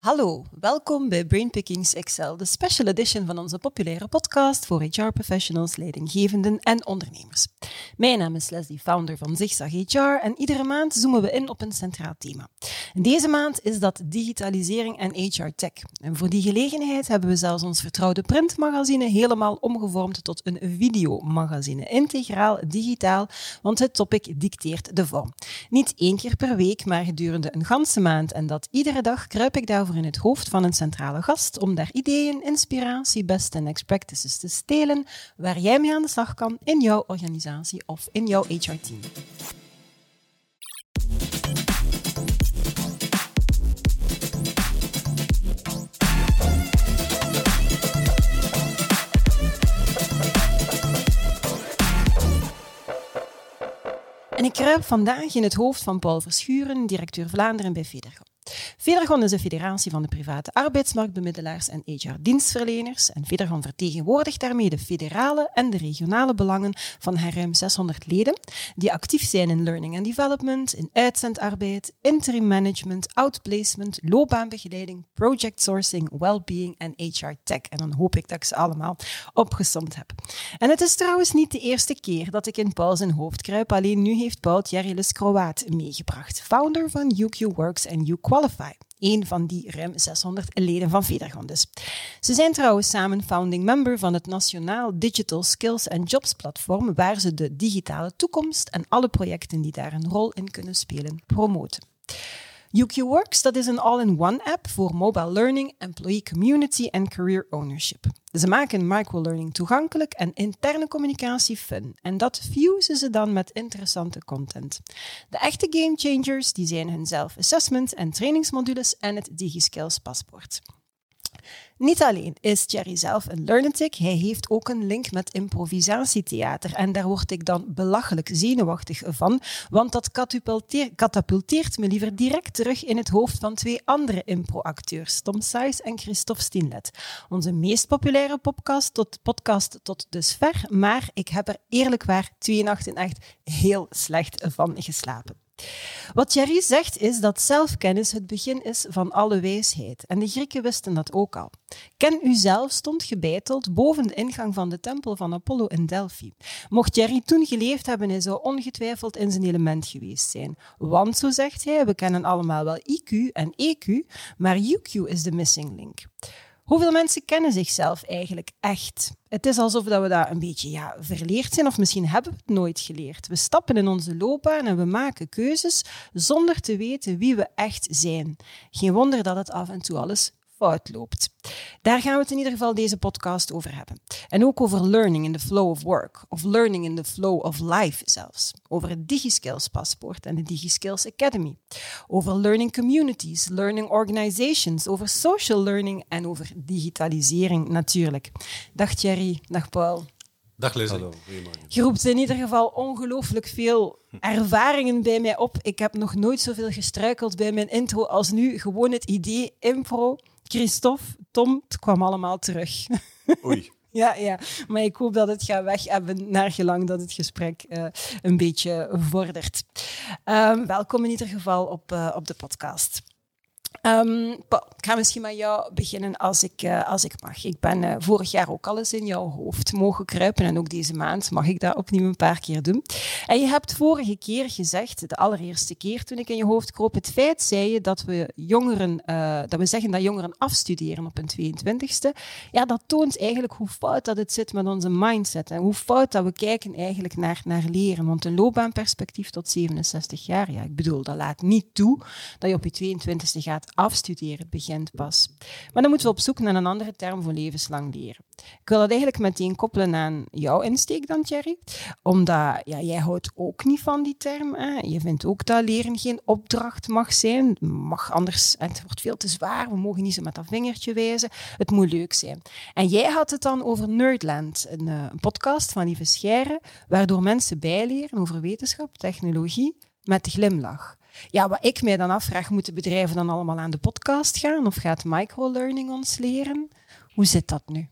Hallo, welkom bij Brainpickings XL, de special edition van onze populaire podcast voor HR-professionals, leidinggevenden en ondernemers. Mijn naam is Leslie, founder van Zigzag HR en iedere maand zoomen we in op een centraal thema. En deze maand is dat digitalisering en HR-tech. En voor die gelegenheid hebben we zelfs ons vertrouwde printmagazine helemaal omgevormd tot een videomagazine, integraal digitaal, want het topic dicteert de vorm. Niet 1 keer per week, maar gedurende een ganse maand en dat iedere dag kruip ik daarvoor in het hoofd van een centrale gast om daar ideeën, inspiratie, best en next practices te stelen waar jij mee aan de slag kan in jouw organisatie of in jouw HR-team. En ik kruip vandaag in het hoofd van Paul Verschuren, directeur Vlaanderen bij Federgon. Federgon is een federatie van de private arbeidsmarktbemiddelaars en HR-dienstverleners. En Federgon vertegenwoordigt daarmee de federale en de regionale belangen van haar ruim 600 leden, die actief zijn in learning and development, in uitzendarbeid, interim management, outplacement, loopbaanbegeleiding, project sourcing, well-being en HR-tech. En dan hoop ik dat ik ze allemaal opgesomd heb. En het is trouwens niet de eerste keer dat ik in Paul zijn hoofd kruip, alleen nu heeft Paul Thierry Lescroaat meegebracht, founder van UQ Works en UQualify. Een van die ruim 600 leden van Federgon dus. Ze zijn trouwens samen founding member van het Nationaal Digital Skills and Jobs platform, waar ze de digitale toekomst en alle projecten die daar een rol in kunnen spelen promoten. UQ Works, dat is een all-in-one app voor mobile learning, employee community en career ownership. Ze maken microlearning toegankelijk en interne communicatie fun. En dat fusen ze dan met interessante content. De echte gamechangers die zijn hun self-assessment en trainingsmodules en het DigiSkills paspoort. Niet alleen is Thierry zelf een learnatic, hij heeft ook een link met improvisatietheater. En daar word ik dan belachelijk zenuwachtig van, want dat katapulteert me liever direct terug in het hoofd van 2 andere impro-acteurs, Tom Saiz en Christophe Stienlet. Onze meest populaire podcast tot dusver, maar ik heb er eerlijkwaar 2 nachten echt heel slecht van geslapen. Wat Thierry zegt is dat zelfkennis het begin is van alle wijsheid. En de Grieken wisten dat ook al. Ken uzelf stond gebeiteld boven de ingang van de tempel van Apollo in Delphi. Mocht Thierry toen geleefd hebben, hij zou ongetwijfeld in zijn element geweest zijn. Want, zo zegt hij, we kennen allemaal wel IQ en EQ, maar UQ is de missing link. Hoeveel mensen kennen zichzelf eigenlijk echt? Het is alsof we dat een beetje verleerd zijn, of misschien hebben we het nooit geleerd. We stappen in onze loopbaan en we maken keuzes zonder te weten wie we echt zijn. Geen wonder dat het af en toe alles fout loopt. Daar gaan we het in ieder geval deze podcast over hebben. En ook over learning in the flow of work, of learning in the flow of life zelfs. Over het DigiSkills paspoort en de DigiSkills Academy. Over learning communities, learning organizations, over social learning en over digitalisering natuurlijk. Dag Thierry, dag Paul. Dag Leslie. Hallo, goedemorgen. Je roept in ieder geval ongelooflijk veel ervaringen bij mij op. Ik heb nog nooit zoveel gestruikeld bij mijn intro als nu. Gewoon het idee, impro, Christophe, Tom, het kwam allemaal terug. Oei. Ja, maar ik hoop dat het gaat weg hebben naar gelang dat het gesprek een beetje vordert. Welkom in ieder geval op de podcast. Paul, ik ga misschien met jou beginnen als ik mag. Ik ben vorig jaar ook al eens in jouw hoofd mogen kruipen en ook deze maand mag ik dat opnieuw een paar keer doen. En je hebt vorige keer gezegd, de allereerste keer toen ik in je hoofd kroop, het feit zei je dat we zeggen dat jongeren afstuderen op hun 22e. Ja, dat toont eigenlijk hoe fout dat het zit met onze mindset en hoe fout dat we kijken eigenlijk naar leren. Want een loopbaanperspectief tot 67 jaar, ja, ik bedoel, dat laat niet toe dat je op je 22e gaat afstuderen, het begint pas. Maar dan moeten we op zoek naar een andere term voor levenslang leren. Ik wil dat eigenlijk meteen koppelen aan jouw insteek dan, Thierry. Omdat jij houdt ook niet van die term. Hè? Je vindt ook dat leren geen opdracht mag zijn. Mag anders, het wordt veel te zwaar. We mogen niet zo met dat vingertje wijzen. Het moet leuk zijn. En jij had het dan over Nerdland, een podcast van Lieve Scheire, waardoor mensen bijleren over wetenschap, technologie, met de glimlach. Ja, wat ik mij dan afvraag, moeten bedrijven dan allemaal aan de podcast gaan? Of gaat microlearning ons leren? Hoe zit dat nu?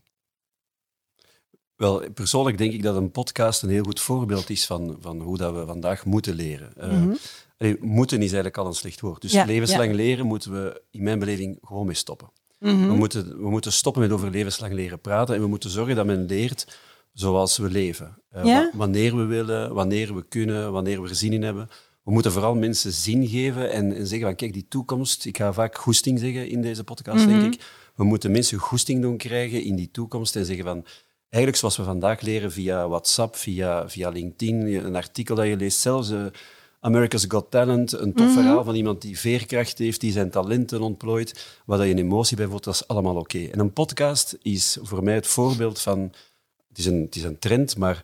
Wel, persoonlijk denk ik dat een podcast een heel goed voorbeeld is van hoe dat we vandaag moeten leren. Moeten is eigenlijk al een slecht woord. Dus levenslang leren moeten we in mijn beleving gewoon mee stoppen. Mm-hmm. We moeten stoppen met over levenslang leren praten en we moeten zorgen dat men leert zoals we leven. Wanneer we willen, wanneer we kunnen, wanneer we er zin in hebben. We moeten vooral mensen zin geven en zeggen van kijk, die toekomst, ik ga vaak goesting zeggen in deze podcast, denk ik. We moeten mensen goesting doen krijgen in die toekomst en zeggen van eigenlijk zoals we vandaag leren via WhatsApp, via LinkedIn, een artikel dat je leest, zelfs America's Got Talent, een tof verhaal van iemand die veerkracht heeft, die zijn talenten ontplooit, waar je een emotie bij voelt, dat is allemaal oké. En een podcast is voor mij het voorbeeld van, het is een trend, maar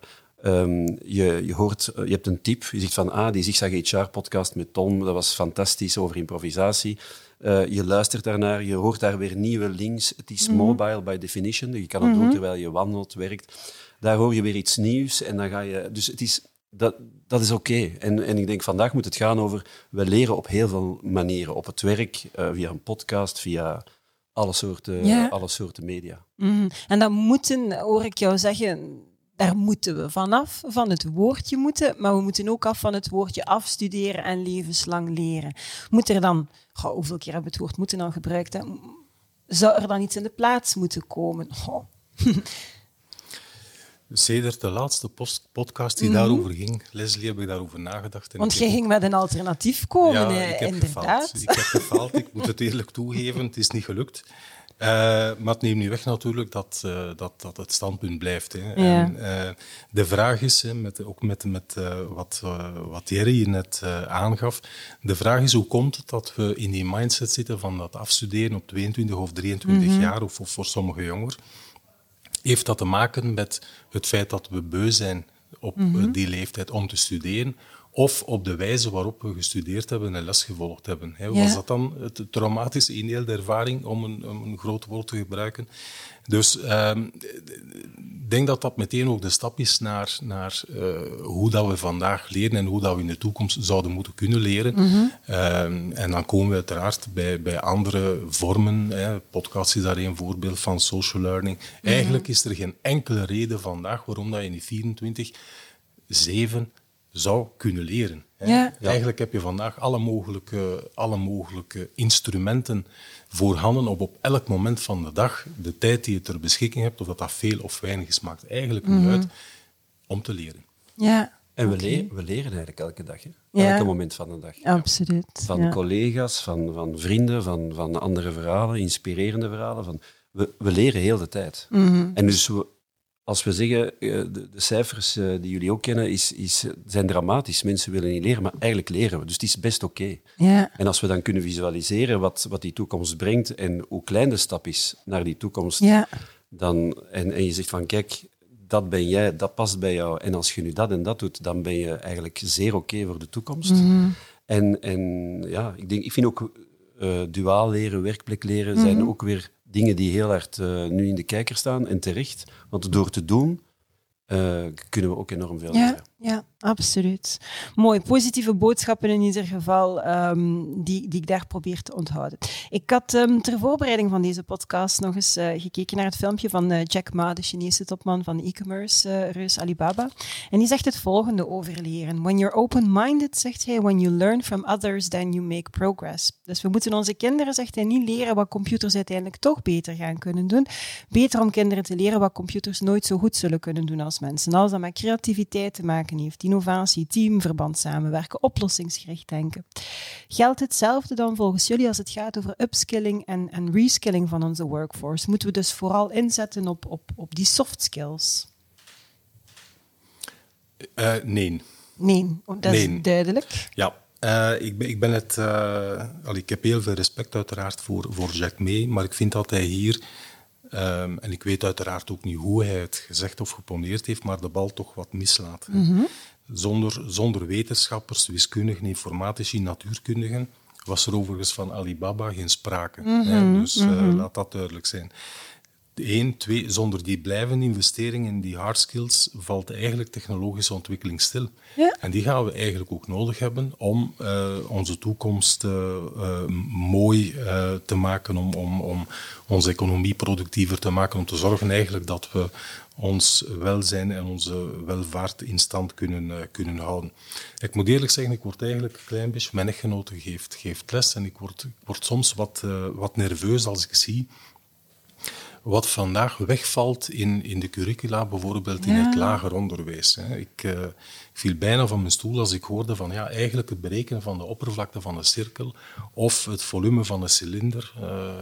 je hebt een tip, je zegt van die Zigzag HR-podcast met Tom, dat was fantastisch over improvisatie. Je luistert daarnaar, je hoort daar weer nieuwe links. Het is mobile by definition, je kan het doen terwijl je wandelt, werkt. Daar hoor je weer iets nieuws en dan ga je... Dus het is... Dat is oké. En ik denk, vandaag moet het gaan over... We leren op heel veel manieren. Op het werk, via een podcast, via alle soorten media. Mm-hmm. En dat moeten, hoor ik jou zeggen... Daar moeten we vanaf, van het woordje moeten, maar we moeten ook af van het woordje afstuderen en levenslang leren. Moet er dan... hoeveel keer hebben we het woord moeten al gebruikt? Hè? Zou er dan iets in de plaats moeten komen? Sedert de laatste podcast die daarover ging, Leslie, heb ik daarover nagedacht. Want jij ging met een alternatief komen, ik heb inderdaad. Gefaald. Ik heb gefaald, ik moet het eerlijk toegeven, het is niet gelukt. Maar het neemt niet weg natuurlijk dat het standpunt blijft. Hè. Ja. En, de vraag is, ook met wat Jerry net aangaf, de vraag is hoe komt het dat we in die mindset zitten van dat afstuderen op 22 of 23 jaar, of voor sommigen jonger. Heeft dat te maken met het feit dat we beu zijn op die leeftijd om te studeren, of op de wijze waarop we gestudeerd hebben en les gevolgd hebben. Was dat dan het traumatische ineel de ervaring, om een groot woord te gebruiken? Dus ik denk dat dat meteen ook de stap is naar hoe dat we vandaag leren en hoe dat we in de toekomst zouden moeten kunnen leren. En dan komen we uiteraard bij andere vormen. Podcast is daar een voorbeeld van, social learning. Eigenlijk is er geen enkele reden vandaag waarom dat je in die 24/7 zou kunnen leren. Ja. Eigenlijk heb je vandaag alle mogelijke instrumenten voorhanden op elk moment van de dag. De tijd die je ter beschikking hebt, of dat veel of weinig is, maakt eigenlijk niet uit om te leren. Ja. En we leren eigenlijk elke dag. Hè? Elke moment van de dag. Absoluut. Van collega's, van vrienden, van andere verhalen, inspirerende verhalen. We leren heel de tijd. En dus als we zeggen, de cijfers die jullie ook kennen, zijn dramatisch. Mensen willen niet leren, maar eigenlijk leren we. Dus het is best oké. Ja. En als we dan kunnen visualiseren wat die toekomst brengt en hoe klein de stap is naar die toekomst, dan, en je zegt van kijk, dat ben jij, dat past bij jou. En als je nu dat en dat doet, dan ben je eigenlijk zeer oké voor de toekomst. En ja, ik vind ook duaal leren, werkplek leren, zijn ook weer dingen die heel hard nu in de kijker staan, en terecht. Want door te doen, kunnen we ook enorm veel leren. Ja, absoluut. Mooi. Positieve boodschappen in ieder geval, die ik daar probeer te onthouden. Ik had ter voorbereiding van deze podcast nog eens gekeken naar het filmpje van Jack Ma, de Chinese topman van de e-commerce-reus Alibaba. En die zegt het volgende over leren. When you're open-minded, zegt hij, when you learn from others, then you make progress. Dus we moeten onze kinderen, zegt hij, niet leren wat computers uiteindelijk toch beter gaan kunnen doen. Beter om kinderen te leren wat computers nooit zo goed zullen kunnen doen als mensen. Alles dat met creativiteit te maken heeft, innovatie, teamverband samenwerken, oplossingsgericht denken. Geldt hetzelfde dan volgens jullie als het gaat over upskilling en reskilling van onze workforce? Moeten we dus vooral inzetten op die soft skills? Nee. Nee, dat is duidelijk. Ja. Ik ben het... ik heb heel veel respect uiteraard voor Jack Ma, maar ik vind dat hij hier... en ik weet uiteraard ook niet hoe hij het gezegd of geponeerd heeft, maar de bal toch wat mislaat. Zonder wetenschappers, wiskundigen, informatici, natuurkundigen, was er overigens van Alibaba geen sprake. Dus laat dat duidelijk zijn. 1, 2, zonder die blijvende investering in die hard skills valt eigenlijk technologische ontwikkeling stil. Ja. En die gaan we eigenlijk ook nodig hebben om onze toekomst mooi te maken, om onze economie productiever te maken, om te zorgen eigenlijk dat we ons welzijn en onze welvaart in stand kunnen houden. Ik moet eerlijk zeggen, ik word eigenlijk een klein beetje... Mijn echtgenote geeft les en ik word soms wat nerveus als ik zie wat vandaag wegvalt in de curricula, bijvoorbeeld in het lager onderwijs. Ik viel bijna van mijn stoel als ik hoorde van eigenlijk het berekenen van de oppervlakte van een cirkel of het volume van een cilinder,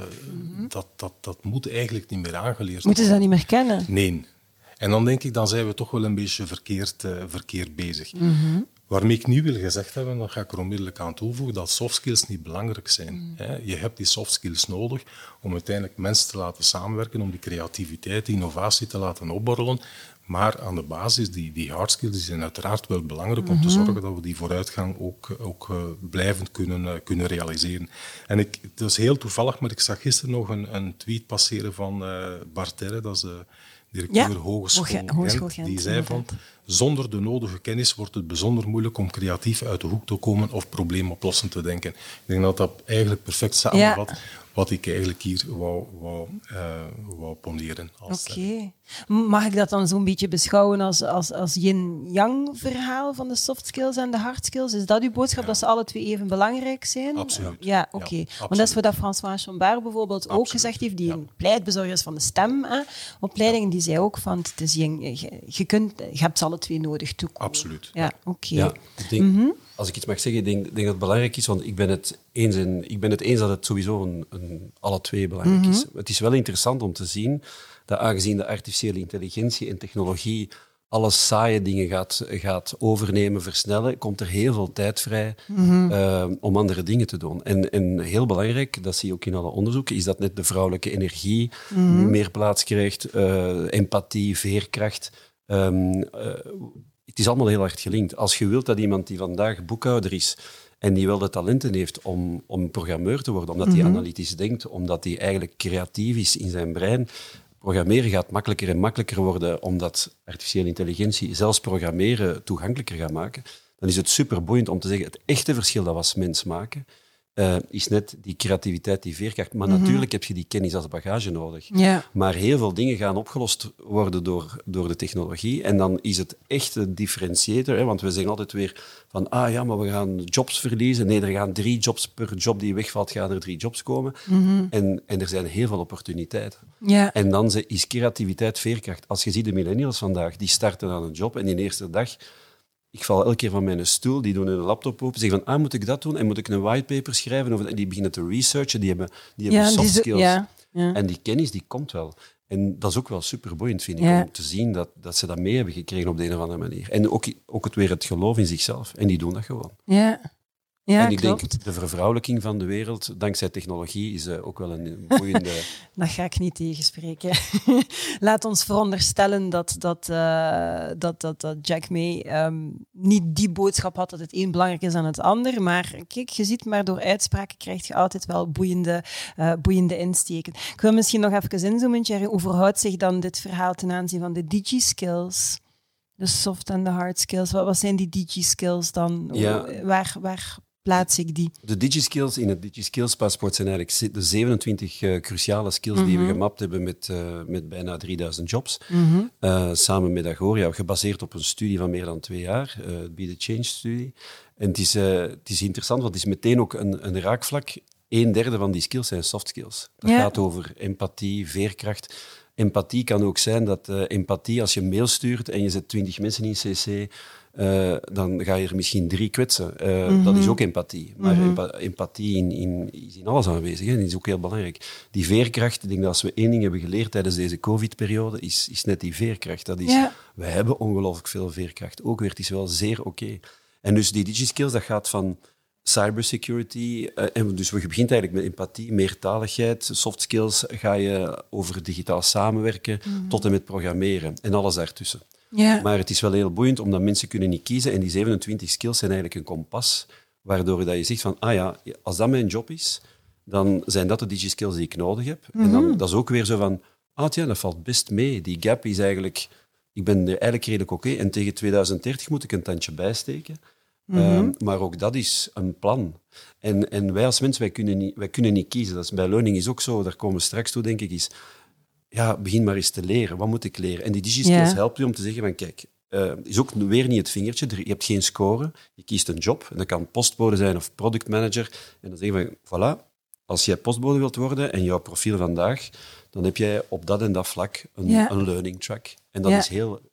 dat moet eigenlijk niet meer aangeleerd worden. Moeten ze dat niet meer kennen? Nee. En dan denk ik, dan zijn we toch wel een beetje verkeerd bezig. Mm-hmm. Waarmee ik nu wil gezegd hebben, dan ga ik er onmiddellijk aan toevoegen, dat soft skills niet belangrijk zijn. Je hebt die soft skills nodig om uiteindelijk mensen te laten samenwerken, om die creativiteit, die innovatie te laten opborrelen. Maar aan de basis, die hard skills die zijn uiteraard wel belangrijk om te zorgen dat we die vooruitgang ook blijvend kunnen realiseren. En het is heel toevallig, maar ik zag gisteren nog een tweet passeren van Bart Terre, dat is de directeur Hogeschool Gent, die zei van, zonder de nodige kennis wordt het bijzonder moeilijk om creatief uit de hoek te komen of probleemoplossend te denken. Ik denk dat dat eigenlijk perfect samenvat wat ik eigenlijk hier wou poneren. Oké. Mag ik dat dan zo'n beetje beschouwen als yin-yang verhaal van de soft skills en de hard skills? Is dat uw boodschap, dat ze alle twee even belangrijk zijn? Absoluut. Ja, oké. Want dat is wat François Chambard bijvoorbeeld ook gezegd heeft, die een pleitbezorger is van de stemopleidingen, die zei ook van, het is je hebt ze alle twee nodig toekomen. Absoluut. Ja, oké. Ja, ik denk, als ik iets mag zeggen, ik denk dat het belangrijk is, want ik ben het eens dat het sowieso alle twee belangrijk is. Het is wel interessant om te zien dat aangezien de artificiële intelligentie en technologie alle saaie dingen gaat overnemen, versnellen, komt er heel veel tijd vrij om andere dingen te doen. En heel belangrijk, dat zie je ook in alle onderzoeken, is dat net de vrouwelijke energie nu meer plaats krijgt, empathie, veerkracht. Het is allemaal heel hard gelinkt. Als je wilt dat iemand die vandaag boekhouder is en die wel de talenten heeft om programmeur te worden, omdat hij analytisch denkt, omdat hij eigenlijk creatief is in zijn brein, programmeren gaat makkelijker en makkelijker worden, omdat artificiële intelligentie zelfs programmeren toegankelijker gaat maken, dan is het superboeiend om te zeggen, het echte verschil dat we als mens maken, is net die creativiteit, die veerkracht. Maar natuurlijk heb je die kennis als bagage nodig. Ja. Maar heel veel dingen gaan opgelost worden door de technologie. En dan is het echt een differentiator. Want we zeggen altijd weer van, maar we gaan jobs verliezen. Nee, er gaan 3 jobs per job die wegvalt, gaan er 3 jobs komen. En er zijn heel veel opportuniteiten. Ja. En dan is creativiteit veerkracht. Als je ziet de millennials vandaag, die starten aan een job en die eerste dag... Ik val elke keer van mijn stoel, die doen hun laptop open, zeggen van, moet ik dat doen? En moet ik een whitepaper schrijven? En die beginnen te researchen, die hebben soft skills. Ja. En die kennis, die komt wel. En dat is ook wel superboeiend, vind ik, om te zien dat ze dat mee hebben gekregen op de een of andere manier. En ook het geloof in zichzelf. En die doen dat gewoon. Ja. Ja, en ik klopt. denk, de vervrouwelijking van de wereld, dankzij technologie, is ook wel een boeiende... Dat ga ik niet tegenspreken. Laat ons veronderstellen dat Jack May niet die boodschap had dat het een belangrijk is dan het ander. Maar kijk, je ziet, maar door uitspraken krijg je altijd wel boeiende insteken. Ik wil misschien nog even inzoomen, Thierry. Hoe verhoudt zich dan dit verhaal ten aanzien van de digi-skills? De soft en de hard skills. Wat zijn die digi-skills dan? Ja. Waar plaats ik die? De DigiSkills in het DigiSkills-paspoort zijn eigenlijk de 27 cruciale skills die we gemapt hebben met bijna 3000 jobs. Samen met Agoria, gebaseerd op een studie van meer dan 2 jaar, het Be The Change-studie. En het is interessant, want het is meteen ook een raakvlak. 1/3 van die skills zijn soft skills. Dat gaat over empathie, veerkracht. Empathie kan ook zijn dat empathie, als je een mail stuurt en je zet 20 mensen in CC, dan ga je er misschien 3 kwetsen. Dat is ook empathie. Maar empathie is in alles aanwezig. Hè. Dat is ook heel belangrijk. Die veerkracht, ik denk dat als we 1 ding hebben geleerd tijdens deze COVID-periode, is net die veerkracht. We hebben ongelooflijk veel veerkracht. Ook weer, het is wel zeer oké. En dus die DigiSkills, dat gaat van cybersecurity. En dus je begint eigenlijk met empathie, meertaligheid, soft skills, ga je over digitaal samenwerken tot en met programmeren en alles daartussen. Ja. Maar het is wel heel boeiend, omdat mensen kunnen niet kiezen en die 27 skills zijn eigenlijk een kompas, waardoor dat je zegt van, als dat mijn job is, dan zijn dat de digi-skills die ik nodig heb. En dan, dat is ook weer zo van, tja, dat valt best mee. Die gap is eigenlijk... Ik ben eigenlijk redelijk oké. En tegen 2030 moet ik een tandje bijsteken. Maar ook dat is een plan. En wij als mens, wij kunnen niet kiezen. Dat is, bij learning is ook zo, daar komen we straks toe, denk ik, is... Ja, begin maar eens te leren. Wat moet ik leren? En die DigiSkills helpt je om te zeggen van, kijk, is ook weer niet het vingertje. Je hebt geen score. Je kiest een job. En dat kan postbode zijn of productmanager. En dan zeg je van, voilà, als jij postbode wilt worden en jouw profiel vandaag, dan heb jij op dat en dat vlak een learning track. En dat is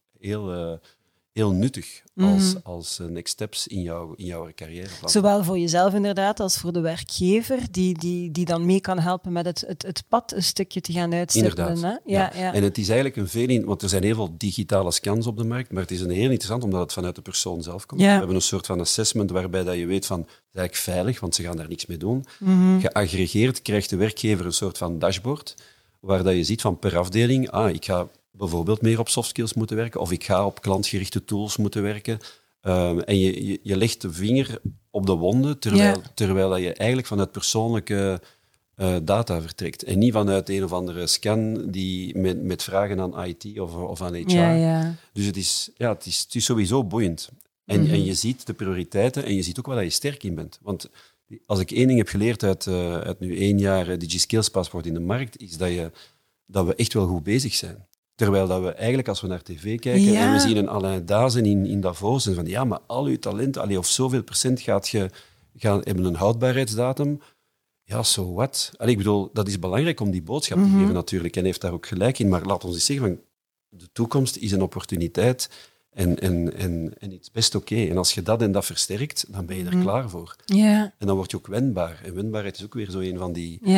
heel nuttig als next steps in jouw carrière. Zowel voor jezelf inderdaad, als voor de werkgever, die dan mee kan helpen met het pad een stukje te gaan uitstippelen. Inderdaad. Ja. En het is eigenlijk want er zijn heel veel digitale scans op de markt, maar het is een heel interessant omdat het vanuit de persoon zelf komt. Ja. We hebben een soort van assessment waarbij dat je weet van, het is eigenlijk veilig, want ze gaan daar niks mee doen. Geaggregeerd krijgt de werkgever een soort van dashboard, waar dat je ziet van per afdeling, ik ga bijvoorbeeld meer op soft skills moeten werken, of ik ga op klantgerichte tools moeten werken. En je legt de vinger op de wonden, terwijl dat je eigenlijk vanuit persoonlijke data vertrekt. En niet vanuit een of andere scan die met vragen aan IT of aan HR. Ja. Dus het is sowieso boeiend. En je ziet de prioriteiten en je ziet ook waar je sterk in bent. Want als ik één ding heb geleerd uit nu 1 jaar DigiSkills paspoort in de markt, is dat we echt wel goed bezig zijn. Terwijl dat we eigenlijk, als we naar tv kijken en we zien een Alain Dazen in Davos, en van maar al uw talent, of zoveel procent hebben een houdbaarheidsdatum. Ja, so what? Ik bedoel, dat is belangrijk om die boodschap te geven natuurlijk. En hij heeft daar ook gelijk in. Maar laat ons eens zeggen, van, de toekomst is een opportuniteit en het is best oké. En als je dat en dat versterkt, dan ben je er klaar voor. Ja. En dan word je ook wendbaar. En wendbaarheid is ook weer zo een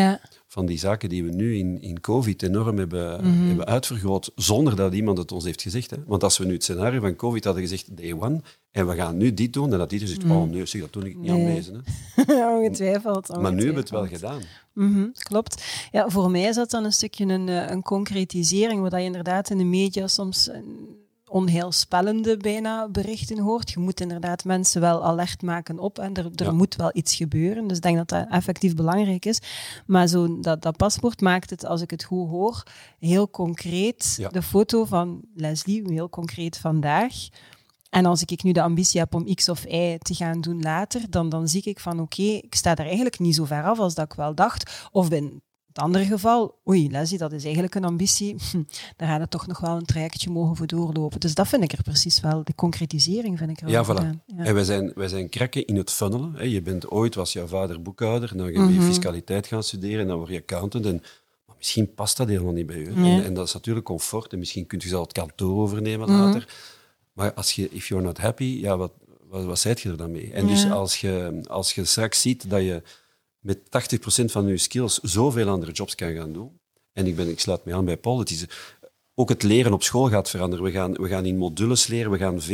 van die zaken die we nu in COVID enorm hebben uitvergroot, zonder dat iemand het ons heeft gezegd. Hè. Want als we nu het scenario van COVID hadden gezegd, day one, en we gaan nu dit doen, en dat dit is, nee, zeg, dat doe ik niet aan deze. Ongetwijfeld. Maar nu hebben we het wel gedaan. Klopt. Ja, voor mij is dat dan een stukje een concretisering, wat je inderdaad in de media soms onheilspellende bijna berichten hoort. Je moet inderdaad mensen wel alert maken op en er moet wel iets gebeuren. Dus ik denk dat dat effectief belangrijk is. Maar dat paspoort maakt het, als ik het goed hoor, heel concreet. Ja. De foto van Leslie, heel concreet vandaag. En als ik nu de ambitie heb om X of Y te gaan doen later, dan zie ik van oké, ik sta daar eigenlijk niet zo ver af als dat ik wel dacht. Of in het andere geval, Leslie, dat is eigenlijk een ambitie. Daar gaat het toch nog wel een trajectje mogen voor doorlopen. Dus dat vind ik er precies wel. De concretisering vind ik er wel gedaan. Ja. En wij zijn krakken in het funnelen. Hè. Je bent ooit, was jouw vader boekhouder, en dan ga je fiscaliteit gaan studeren en dan word je accountant. Maar misschien past dat helemaal niet bij je. Ja. En dat is natuurlijk comfort. En misschien kun je zelf het kantoor overnemen later. Maar if you're not happy, wat zijt je er dan mee? En dus als je straks ziet dat je met 80% van je skills zoveel andere jobs kan gaan doen. En ik sluit me aan bij Paul. Het is, ook het leren op school gaat veranderen. We gaan in modules leren.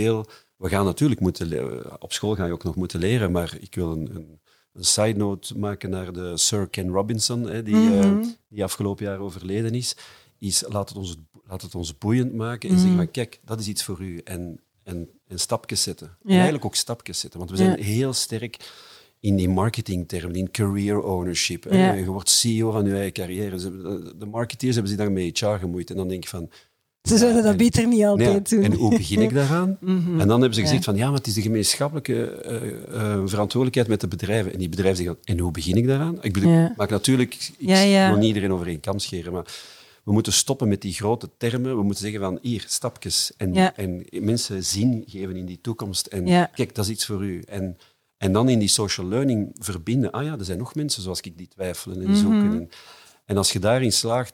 We gaan natuurlijk moeten leren. Op school ga je ook nog moeten leren. Maar ik wil een side note maken naar de Sir Ken Robinson, die afgelopen jaar overleden is. Laat het ons boeiend maken en zeggen van kijk, dat is iets voor u. En stapjes zetten. Ja. En eigenlijk ook stapjes zetten. Want we zijn heel sterk in die marketingtermen, in career ownership. Ja. Je wordt CEO van je eigen carrière. De marketeers hebben zich daarmee HR gemoeid. En dan denk je van... Ze zouden dat beter niet altijd doen. En hoe begin ik daaraan? En dan hebben ze gezegd van, maar het is de gemeenschappelijke verantwoordelijkheid met de bedrijven. En die bedrijven zeggen, en hoe begin ik daaraan? Ik bedoel, maak natuurlijk... Ik wil niet iedereen over één kam scheren, maar we moeten stoppen met die grote termen. We moeten zeggen van, hier, stapjes. En mensen zin geven in die toekomst. En kijk, dat is iets voor u. En dan in die social learning verbinden. Er zijn nog mensen zoals ik die twijfelen en zoeken. En als je daarin slaagt,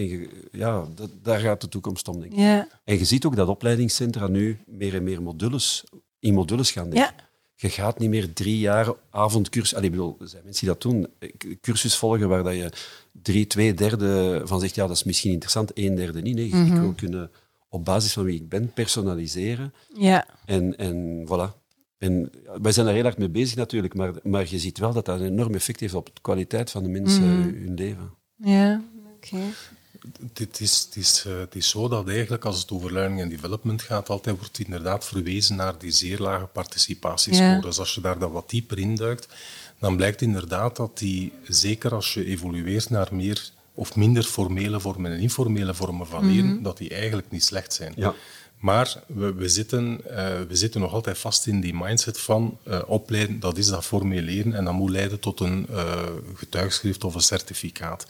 daar gaat de toekomst om, denk ik. Ja. En je ziet ook dat opleidingscentra nu meer en meer in modules gaan denken. Ja. Je gaat niet meer 3 jaar avondcursus... er zijn mensen die dat doen. Cursus volgen waar dat je 2/3 van zegt, dat is misschien interessant, 1/3 niet. Nee, ik wil kunnen op basis van wie ik ben personaliseren. Ja. En voilà. En wij zijn daar heel hard mee bezig natuurlijk, maar je ziet wel dat dat een enorm effect heeft op de kwaliteit van de mensen, hun leven. Ja, oké. Het is zo dat eigenlijk, als het over learning and development gaat, altijd wordt inderdaad verwezen naar die zeer lage participatiescores. Als je daar dan wat dieper induikt, dan blijkt inderdaad dat die, zeker als je evolueert naar meer of minder formele vormen en informele vormen van leren, dat die eigenlijk niet slecht zijn. Ja. Maar we zitten nog altijd vast in die mindset van opleiden, dat is dat formeel leren en dat moet leiden tot een getuigschrift of een certificaat.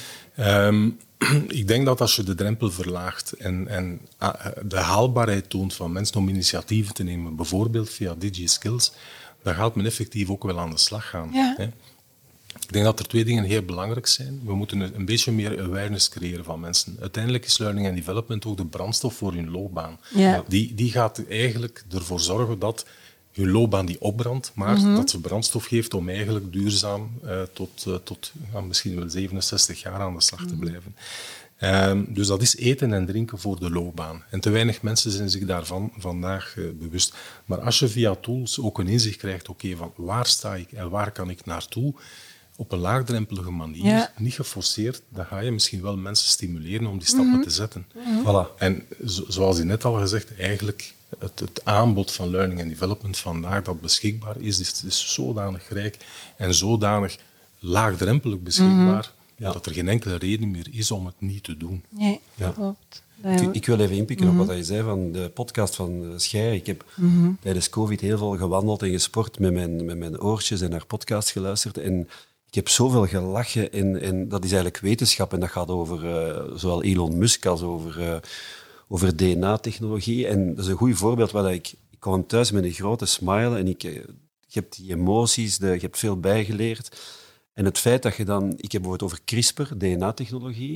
Ik denk dat als je de drempel verlaagt en de haalbaarheid toont van mensen om initiatieven te nemen, bijvoorbeeld via DigiSkills, dan gaat men effectief ook wel aan de slag gaan. Ja. Hè? Ik denk dat er 2 dingen heel belangrijk zijn. We moeten een beetje meer awareness creëren van mensen. Uiteindelijk is learning and development ook de brandstof voor hun loopbaan. Ja. Die gaat eigenlijk ervoor zorgen dat hun loopbaan die opbrandt, maar dat ze brandstof geeft om eigenlijk duurzaam tot misschien wel 67 jaar aan de slag te blijven. Dus dat is eten en drinken voor de loopbaan. En te weinig mensen zijn zich daarvan vandaag bewust. Maar als je via tools ook een inzicht krijgt, van waar sta ik en waar kan ik naartoe, op een laagdrempelige manier, niet geforceerd, dan ga je misschien wel mensen stimuleren om die stappen te zetten. Voilà. En zoals je net al gezegd, eigenlijk het aanbod van learning and development vandaag dat beschikbaar is zodanig rijk en zodanig laagdrempelig beschikbaar, dat er geen enkele reden meer is om het niet te doen. Nee, klopt. Ja. Ik wil even inpikken op wat je zei van de podcast van Scheier. Ik heb tijdens COVID heel veel gewandeld en gesport met mijn oortjes en naar podcasts geluisterd. En ik heb zoveel gelachen en dat is eigenlijk wetenschap. En dat gaat over zowel Elon Musk als over DNA-technologie. En dat is een goed voorbeeld waar ik kwam thuis met een grote smile en je hebt die emoties, je hebt veel bijgeleerd. En het feit dat je dan... Ik heb bijvoorbeeld over CRISPR, DNA-technologie,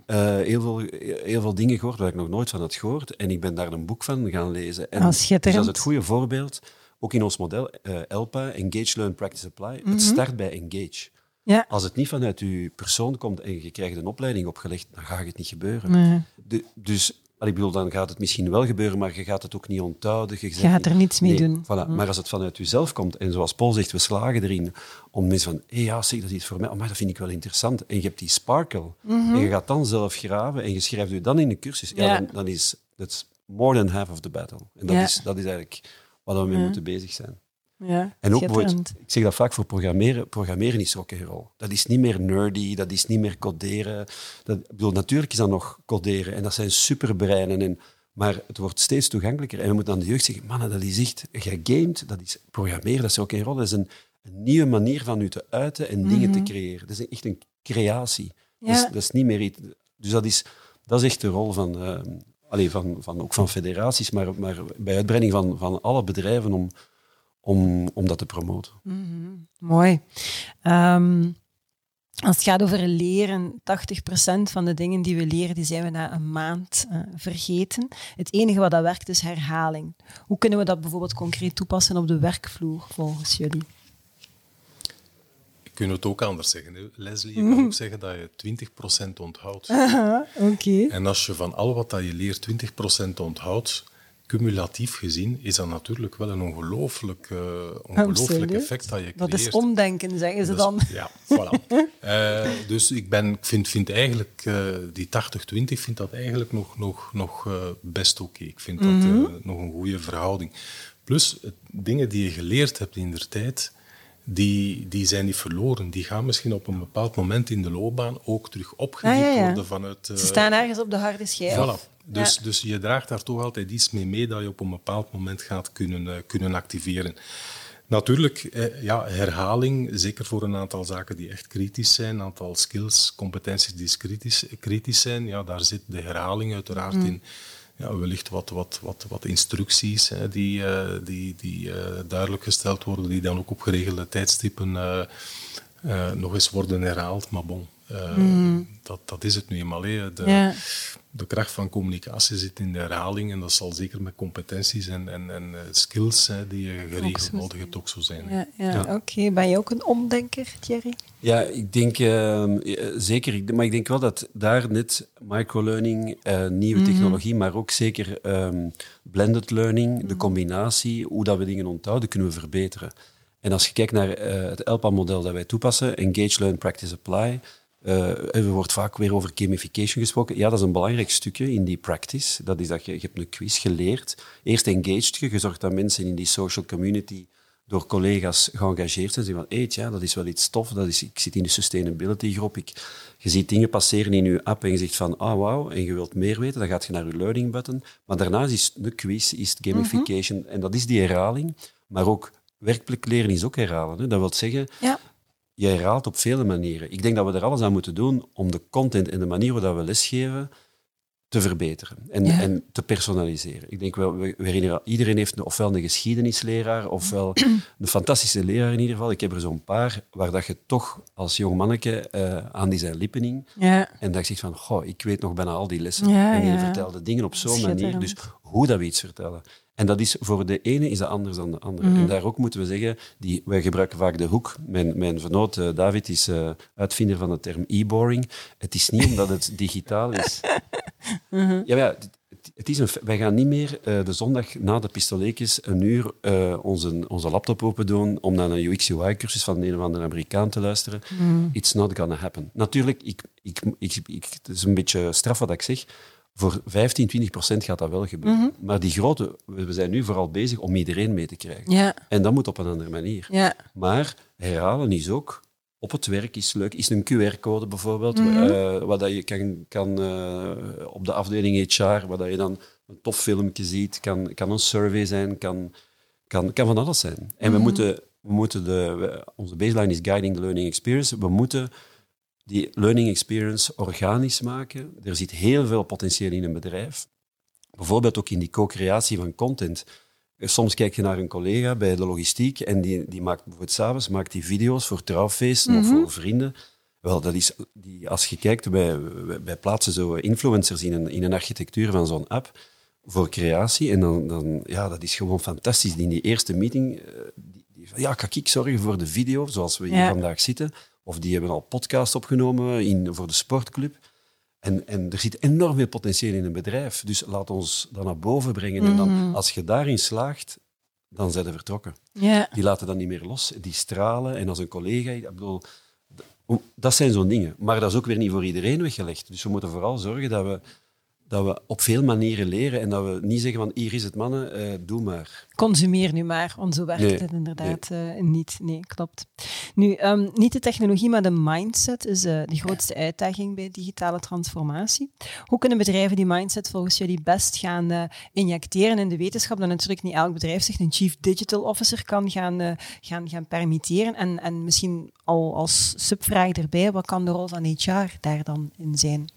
heel veel dingen gehoord waar ik nog nooit van had gehoord. En ik ben daar een boek van gaan lezen. En dus dat is het goede voorbeeld, ook in ons model, ELPA, Engage, Learn, Practice, Apply. Het start bij Engage. Ja. Als het niet vanuit je persoon komt en je krijgt een opleiding opgelegd, dan gaat het niet gebeuren. Nee. Dus... Ik bedoel, dan gaat het misschien wel gebeuren, maar je gaat het ook niet onthouden. Je gaat er niets mee doen. Voilà. Maar als het vanuit jezelf komt, en zoals Paul zegt, we slagen erin om mensen van, zeg, dat is iets voor mij, maar dat vind ik wel interessant. En je hebt die sparkle. En je gaat dan zelf graven en je schrijft je dan in de cursus. Dan is that's more than half of the battle. En dat is eigenlijk wat we mee moeten bezig zijn. Ja, en ook bijvoorbeeld, ik zeg dat vaak voor programmeren. Programmeren is rock'n'roll. Dat is niet meer nerdy, dat is niet meer coderen. Natuurlijk is dat nog coderen en dat zijn superbreinen. Maar het wordt steeds toegankelijker. En we moeten aan de jeugd zeggen, mannen, dat is echt gegamed, dat is programmeren, dat is rock'n'roll. Dat is een nieuwe manier van u te uiten en dingen te creëren. Dat is echt een creatie. Ja. Dat is niet meer iets... Dus dat is echt de rol ook van federaties, maar bij uitbreiding van alle bedrijven om dat te promoten. Mooi. Als het gaat over leren, 80% van de dingen die we leren, die zijn we na een maand vergeten. Het enige wat dat werkt is herhaling. Hoe kunnen we dat bijvoorbeeld concreet toepassen op de werkvloer, volgens jullie? Kunnen we het ook anders zeggen, hè? Leslie? Je kan ook zeggen dat je 20% onthoudt. Okay. En als je van al wat dat je leert 20% onthoudt, cumulatief gezien, is dat natuurlijk wel een ongelooflijk effect dat je creëert. Dat is omdenken, zeggen ze dan. Ja, voilà. Dus ik vind eigenlijk die 80-20 vind dat eigenlijk nog best oké. Ik vind dat nog een goede verhouding. Plus, dingen die je geleerd hebt in der tijd, die zijn niet verloren. Die gaan misschien op een bepaald moment in de loopbaan ook terug opgediept worden vanuit... Ze staan ergens op de harde schijf. Voilà. Dus je draagt daar toch altijd iets mee dat je op een bepaald moment gaat kunnen activeren. Natuurlijk, herhaling, zeker voor een aantal zaken die echt kritisch zijn, een aantal skills, competenties die kritisch zijn, daar zit de herhaling uiteraard in. Ja, wellicht wat instructies die duidelijk gesteld worden, die dan ook op geregelde tijdstippen nog eens worden herhaald. Maar bon, dat is het nu eenmaal. De kracht van communicatie zit in de herhaling en dat zal zeker met competenties en skills die je geregeld nodig hebt ook zo zijn. Oké. Ben je ook een omdenker, Thierry? Ja, ik denk zeker. Maar ik denk wel dat daar net microlearning, nieuwe technologie, maar ook zeker blended learning, de combinatie, hoe dat we dingen onthouden, kunnen we verbeteren. En als je kijkt naar het ELPA-model dat wij toepassen, Engage, Learn, Practice, Apply, er wordt vaak weer over gamification gesproken. Ja, dat is een belangrijk stukje in die practice. Dat is dat je hebt een quiz geleerd. Eerst engaged je zorgt dat mensen in die social community door collega's geëngageerd zijn. Ze zeggen van, ja, dat is wel iets tof. Ik zit in de sustainability groep. Je ziet dingen passeren in je app en je zegt van, wauw, en je wilt meer weten, dan gaat je naar je learning button. Maar daarnaast is de quiz, is het gamification, en dat is die herhaling. Maar ook werkelijk leren is ook herhalen. Hè. Dat wil zeggen, je herhaalt op vele manieren. Ik denk dat we er alles aan moeten doen om de content en de manier waarop we lesgeven te verbeteren en te personaliseren. Ik denk, iedereen heeft ofwel een geschiedenisleraar, ofwel een fantastische leraar in ieder geval. Ik heb er zo'n paar waar dat je toch als jong manneke aan die zijn lippen hing. Ja. En dat je zegt van, ik weet nog bijna al die lessen. En die vertelde dingen op zo'n manier. Dus hoe dat we iets vertellen. En dat is voor de ene is dat anders dan de andere. En daar ook moeten we zeggen, wij gebruiken vaak de hoek. Mijn vernoot David is uitvinder van de term e-boring. Het is niet omdat het digitaal is. Het is wij gaan niet meer de zondag na de pistoletjes 1 uur onze laptop open doen om naar een UX-UI-cursus van een of andere Amerikaan te luisteren. It's not gonna happen. Natuurlijk, het is een beetje straf wat ik zeg. Voor 15-20% gaat dat wel gebeuren. Maar die grote, we zijn nu vooral bezig om iedereen mee te krijgen. Ja. En dat moet op een andere manier. Ja. Maar herhalen is ook, op het werk is leuk. Is een QR-code bijvoorbeeld, wat dat je kan op de afdeling HR, waar dat je dan een tof filmpje ziet, kan een survey zijn, kan van alles zijn. En we moeten onze baseline is guiding the learning experience. We moeten die learning experience organisch maken. Er zit heel veel potentieel in een bedrijf. Bijvoorbeeld ook in die co-creatie van content. Soms kijk je naar een collega bij de logistiek en die maakt bijvoorbeeld 's avonds die video's voor trouwfeesten of voor vrienden. Wel, dat is, als je kijkt, wij plaatsen zo influencers in een architectuur van zo'n app voor creatie. En dan dat is gewoon fantastisch. In die eerste meeting, kan ik zorgen voor de video, zoals we hier vandaag zitten. Of die hebben al podcast opgenomen voor de sportclub. En er zit enorm veel potentieel in een bedrijf. Dus laat ons dat naar boven brengen. En dan, als je daarin slaagt, dan zijn ze vertrokken. Yeah. Die laten dat niet meer los. Die stralen. En als een collega... Ik bedoel, dat zijn zo'n dingen. Maar dat is ook weer niet voor iedereen weggelegd. Dus we moeten vooral zorgen dat we op veel manieren leren en dat we niet zeggen van hier is het mannen, doe maar. Consumeer nu maar, want zo werkt het inderdaad niet. Nee, klopt. Nu, niet de technologie, maar de mindset is de grootste uitdaging bij digitale transformatie. Hoe kunnen bedrijven die mindset volgens jullie best gaan injecteren in de wetenschap, dat natuurlijk niet elk bedrijf zich een chief digital officer kan gaan permitteren? En misschien al als subvraag erbij, wat kan de rol van HR daar dan in zijn?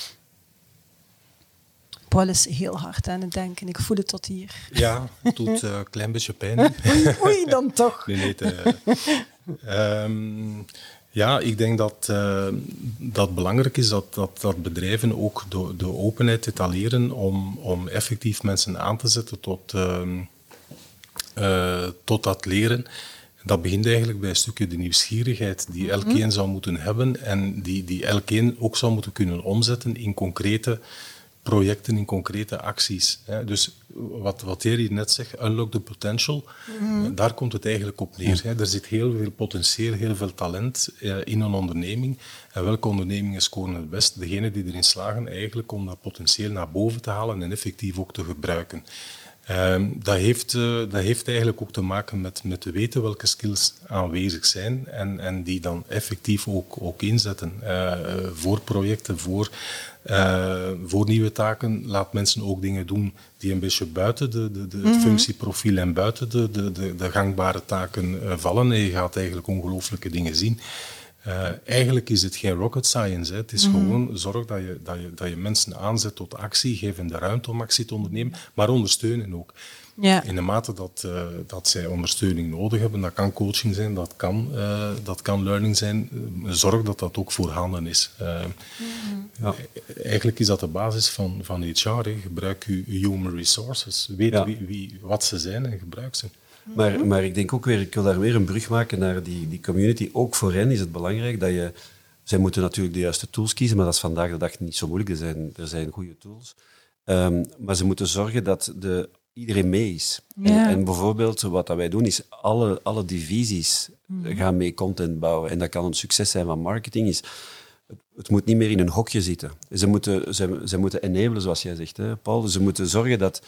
Paul is heel hard aan het denken. Ik voel het tot hier. Ja, het doet een klein beetje pijn. Oei, dan toch. Ik denk dat belangrijk is dat bedrijven ook de openheid etaleren om effectief mensen aan te zetten tot dat leren. Dat begint eigenlijk bij een stukje de nieuwsgierigheid die elkeen zou moeten hebben en die elkeen ook zou moeten kunnen omzetten in concrete projecten, in concrete acties. Dus wat Thierry net zegt, unlock the potential, daar komt het eigenlijk op neer. Er zit heel veel potentieel, heel veel talent in een onderneming. En welke ondernemingen scoren het best? Degene die erin slagen eigenlijk om dat potentieel naar boven te halen en effectief ook te gebruiken. Dat heeft eigenlijk ook te maken met te weten welke skills aanwezig zijn en die dan effectief ook inzetten voor projecten, voor nieuwe taken. Laat mensen ook dingen doen die een beetje buiten het functieprofiel en buiten de gangbare taken vallen. En je gaat eigenlijk ongelooflijke dingen zien. Eigenlijk is het geen rocket science. Hè. Het is gewoon zorg dat je mensen aanzet tot actie, geef hen de ruimte om actie te ondernemen, maar ondersteunen ook. Ja. In de mate dat zij ondersteuning nodig hebben, dat kan coaching zijn, dat kan learning zijn, zorg dat dat ook voorhanden is. Eigenlijk is dat de basis van HR. Hè. Gebruik je human resources. Weet wat ze zijn en gebruik ze. Maar ik denk ook weer, ik wil daar weer een brug maken naar die community. Ook voor hen is het belangrijk dat je... Zij moeten natuurlijk de juiste tools kiezen, maar dat is vandaag de dag niet zo moeilijk. Er zijn goede tools. Maar ze moeten zorgen dat iedereen mee is. Ja. En bijvoorbeeld, wat dat wij doen, is alle divisies gaan mee content bouwen. En dat kan een succes zijn van marketing. Het moet niet meer in een hokje zitten. Ze moeten enablen, zoals jij zegt, hè, Paul. Ze moeten zorgen dat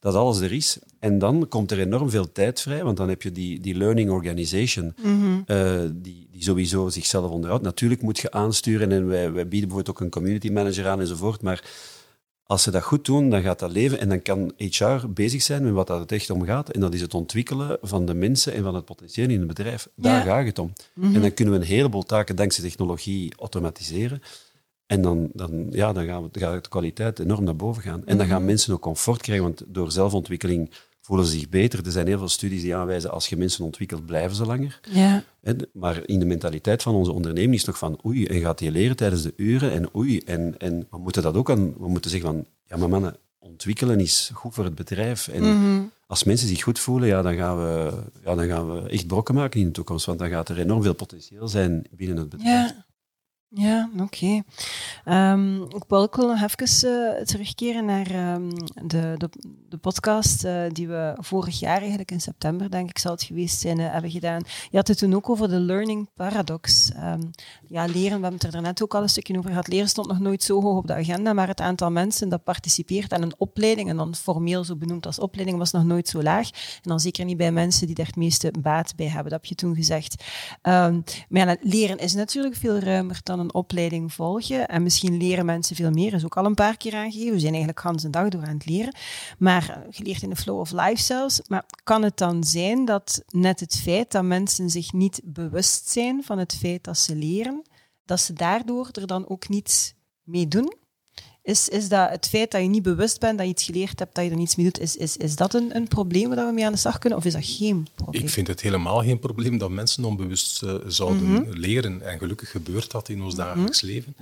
dat alles er is. En dan komt er enorm veel tijd vrij, want dan heb je die learning organization, die sowieso zichzelf onderhoudt. Natuurlijk moet je aansturen en wij bieden bijvoorbeeld ook een community manager aan enzovoort, maar als ze dat goed doen, dan gaat dat leven en dan kan HR bezig zijn met wat dat het echt om gaat. En dat is het ontwikkelen van de mensen en van het potentieel in het bedrijf. Daar gaat het om. En dan kunnen we een heleboel taken dankzij technologie automatiseren. En dan gaat de kwaliteit enorm naar boven gaan. En dan gaan mensen ook comfort krijgen, want door zelfontwikkeling voelen ze zich beter. Er zijn heel veel studies die aanwijzen, als je mensen ontwikkelt, blijven ze langer. Ja. Maar in de mentaliteit van onze onderneming is toch van oei, en gaat die leren tijdens de uren en oei. En we moeten dat ook we moeten zeggen van, ja maar mannen, ontwikkelen is goed voor het bedrijf. En als mensen zich goed voelen, dan gaan we echt brokken maken in de toekomst, want dan gaat er enorm veel potentieel zijn binnen het bedrijf. Ja, oké. Ik wil ook wel nog even terugkeren naar de podcast die we vorig jaar, eigenlijk in september, denk ik, zal het geweest zijn, hebben gedaan. Je had het toen ook over de learning paradox. Leren, we hebben het er daarnet ook al een stukje over gehad. Leren stond nog nooit zo hoog op de agenda, maar het aantal mensen dat participeert aan een opleiding, en dan formeel zo benoemd als opleiding, was nog nooit zo laag. En dan zeker niet bij mensen die daar het meeste baat bij hebben. Dat heb je toen gezegd. Maar leren is natuurlijk veel ruimer dan een opleiding volgen. En misschien leren mensen veel meer, is ook al een paar keer aangegeven. We zijn eigenlijk gans een dag door aan het leren. Maar geleerd in de flow of life zelfs. Maar kan het dan zijn dat net het feit dat mensen zich niet bewust zijn van het feit dat ze leren, dat ze daardoor er dan ook niets mee doen? Is dat het feit dat je niet bewust bent, dat je iets geleerd hebt, dat je er niets mee doet, is dat een probleem waar we mee aan de slag kunnen? Of is dat geen probleem? Ik vind het helemaal geen probleem dat mensen onbewust zouden leren. En gelukkig gebeurt dat in ons dagelijks leven.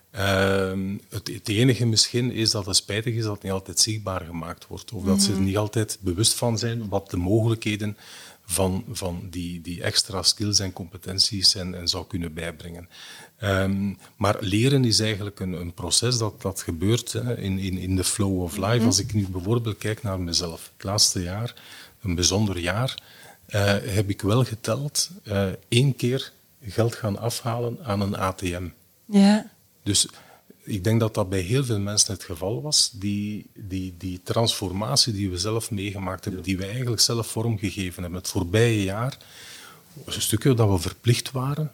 Het enige misschien is dat het spijtig is dat het niet altijd zichtbaar gemaakt wordt. Of dat ze er niet altijd bewust van zijn wat de mogelijkheden van die extra skills en competenties en zou kunnen bijbrengen. Maar leren is eigenlijk een proces dat gebeurt in de flow of life. Als ik nu bijvoorbeeld kijk naar mezelf. Het laatste jaar, een bijzonder jaar, heb ik wel geteld 1 keer geld gaan afhalen aan een ATM. Ja. Dus ik denk dat dat bij heel veel mensen het geval was. Die transformatie die we zelf meegemaakt hebben, die we eigenlijk zelf vormgegeven hebben. Het voorbije jaar was een stukje dat we verplicht waren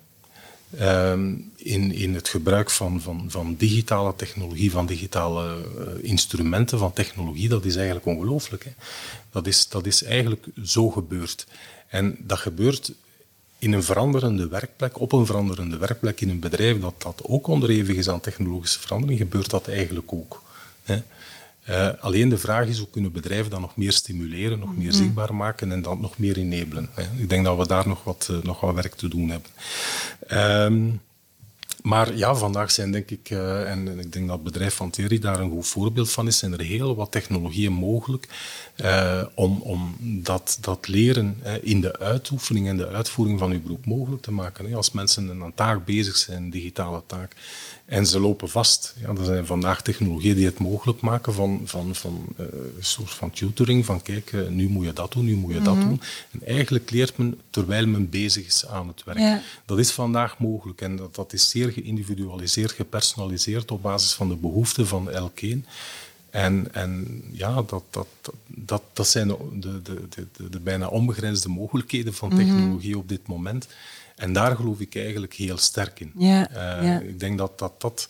in het gebruik van digitale technologie, van digitale instrumenten, van technologie. Dat is eigenlijk ongelooflijk. Hè? Dat is eigenlijk zo gebeurd. En dat gebeurt in een veranderende werkplek, op een veranderende werkplek in een bedrijf dat ook onderhevig is aan technologische verandering, gebeurt dat eigenlijk ook. Hè? Alleen de vraag is, hoe kunnen bedrijven dat nog meer stimuleren, nog meer zichtbaar maken en dat nog meer enablen. Hè? Ik denk dat we daar nog wat werk te doen hebben. Maar ja, vandaag zijn denk ik, en ik denk dat het bedrijf van Thierry daar een goed voorbeeld van is, zijn er heel wat technologieën mogelijk om dat leren in de uitoefening en de uitvoering van uw beroep mogelijk te maken. Als mensen aan een taak bezig zijn, een digitale taak, en ze lopen vast. Ja, er zijn vandaag technologieën die het mogelijk maken van een soort van tutoring, van kijk, nu moet je dat doen, nu moet je dat doen. En eigenlijk leert men terwijl men bezig is aan het werk. Ja. Dat is vandaag mogelijk en dat is zeer geïndividualiseerd, gepersonaliseerd op basis van de behoeften van elkeen. En ja, dat zijn de bijna onbegrensde mogelijkheden van technologie op dit moment. En daar geloof ik eigenlijk heel sterk in. Ja. Ik denk dat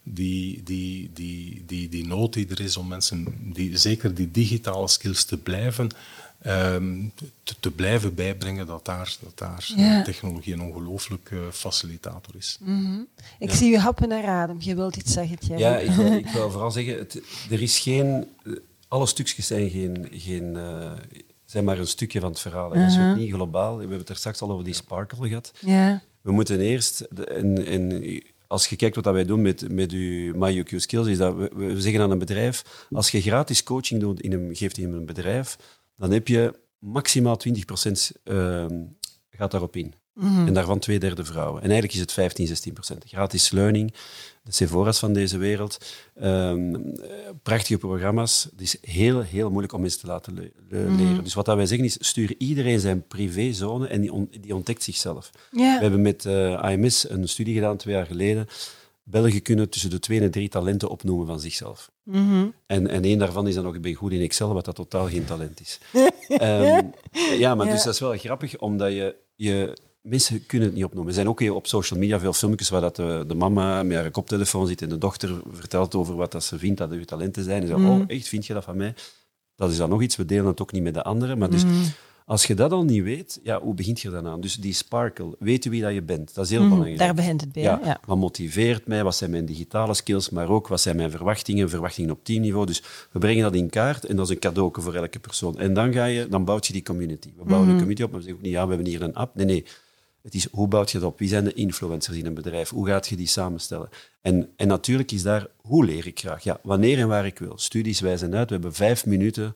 die nood die er is om mensen, zeker die digitale skills te blijven, te blijven bijbrengen, dat daar technologie een ongelooflijke facilitator is. Ik zie je happen naar adem. Je wilt iets zeggen, Thierry. Ja, ik wil vooral zeggen, er is geen... Alle stukjes zijn maar een stukje van het verhaal. Dat is ook niet globaal. We hebben het er straks al over die sparkle gehad. Ja. We moeten eerst... Als je kijkt wat wij doen met uw MyUQ Skills, is dat we zeggen aan een bedrijf, als je gratis coaching geeft in een bedrijf, dan heb je maximaal 20% gaat daarop in. En daarvan 2/3 vrouwen. En eigenlijk is het 15-16%. Gratis learning, de Sephora's van deze wereld. Prachtige programma's. Het is heel, heel moeilijk om mensen te laten leren. Dus wat wij zeggen is, stuur iedereen zijn privézone en die ontdekt zichzelf. Yeah. We hebben met IMS een studie gedaan 2 jaar geleden. Belgen kunnen tussen de 2 en 3 talenten opnoemen van zichzelf. En één daarvan is dan nog, ik ben goed in Excel, wat dat totaal geen talent is. Dus dat is wel grappig, omdat mensen kunnen het niet opnoemen. Er zijn ook op social media veel filmpjes waar dat de mama met haar koptelefoon zit en de dochter vertelt over wat dat ze vindt dat uw talenten zijn. En ze zegt, echt, vind je dat van mij? Dat is dan nog iets, we delen het ook niet met de anderen. Maar dus, als je dat al niet weet, hoe begint je dan aan? Dus die sparkle, weten wie dat je bent, dat is heel belangrijk. Daar begint het bij. Ja. Wat motiveert mij, wat zijn mijn digitale skills, maar ook wat zijn mijn verwachtingen op teamniveau. Dus we brengen dat in kaart en dat is een cadeau voor elke persoon. En dan bouw je die community. We bouwen een community op, maar we zeggen ook niet, we hebben hier een app. Nee. Het is, hoe bouw je dat op? Wie zijn de influencers in een bedrijf? Hoe gaat je die samenstellen? En natuurlijk is daar, hoe leer ik graag? Ja, wanneer en waar ik wil. Studies wijzen uit, we hebben 5 minuten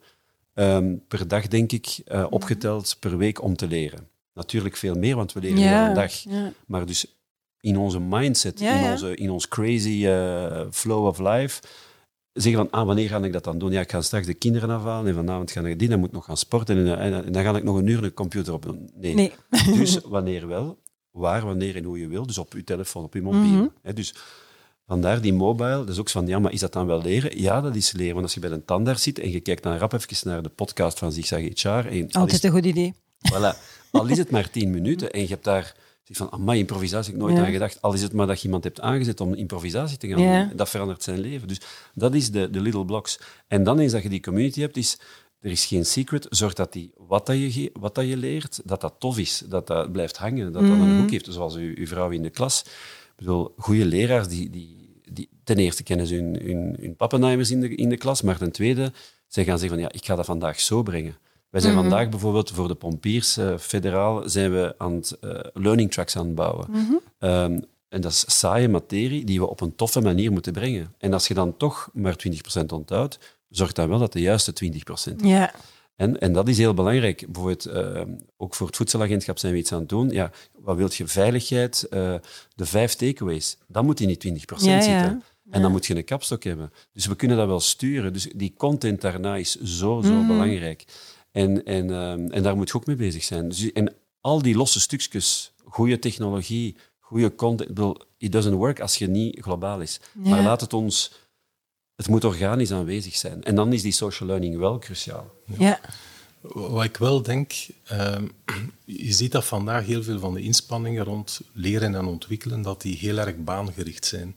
per dag, denk ik, opgeteld per week om te leren. Natuurlijk veel meer, want we leren heel een dag. Ja. Maar dus in onze mindset, in ons crazy flow of life, zeggen van, wanneer ga ik dat dan doen? Ja, ik ga straks de kinderen afhalen en vanavond ga ik dan moet ik nog gaan sporten en dan ga ik nog een uur de computer op doen. Nee. Dus wanneer wel, waar, wanneer en hoe je wil. Dus op je telefoon, op je mobiel. Dus vandaar die mobile, dat is ook van, maar is dat dan wel leren? Ja, dat is leren. Want als je bij een tandarts zit en je kijkt dan rap even naar de podcast van Zigzag HR... Altijd een goed idee. Voilà. Al is het maar 10 minuten en je hebt daar... Van, amai, improvisatie heb ik nooit aan gedacht. Al is het maar dat je iemand hebt aangezet om improvisatie te gaan doen. Dat verandert zijn leven. Dus dat is de little blocks. En dan eens dat je die community hebt, er is geen secret. Zorg dat wat dat je leert, dat tof is. Dat blijft hangen. Dat een hoek heeft. Zoals uw vrouw in de klas. Ik bedoel, goede leraars, die ten eerste kennen ze hun pappenheimers in de klas, maar ten tweede, zij gaan zeggen van, ik ga dat vandaag zo brengen. Wij zijn vandaag bijvoorbeeld voor de pompiers federaal zijn we aan het learning tracks aan het bouwen. En dat is saaie materie die we op een toffe manier moeten brengen. En als je dan toch maar 20% onthoudt, zorg dan wel dat de juiste 20% is. Ja. En dat is heel belangrijk. Bijvoorbeeld, ook voor het voedselagentschap zijn we iets aan het doen. Ja, wat wil je? Veiligheid, de 5 takeaways. Dan moet die niet 20% zitten. En dan moet je een kapstok hebben. Dus we kunnen dat wel sturen. Dus die content daarna is zo belangrijk. En daar moet je ook mee bezig zijn. Dus, en al die losse stukjes, goede technologie, goede content, it doesn't work als je niet globaal is. Ja. Maar laat het moet organisch aanwezig zijn. En dan is die social learning wel cruciaal. Ja. Wat ik wel denk, je ziet dat vandaag heel veel van de inspanningen rond leren en ontwikkelen, dat die heel erg baangericht zijn.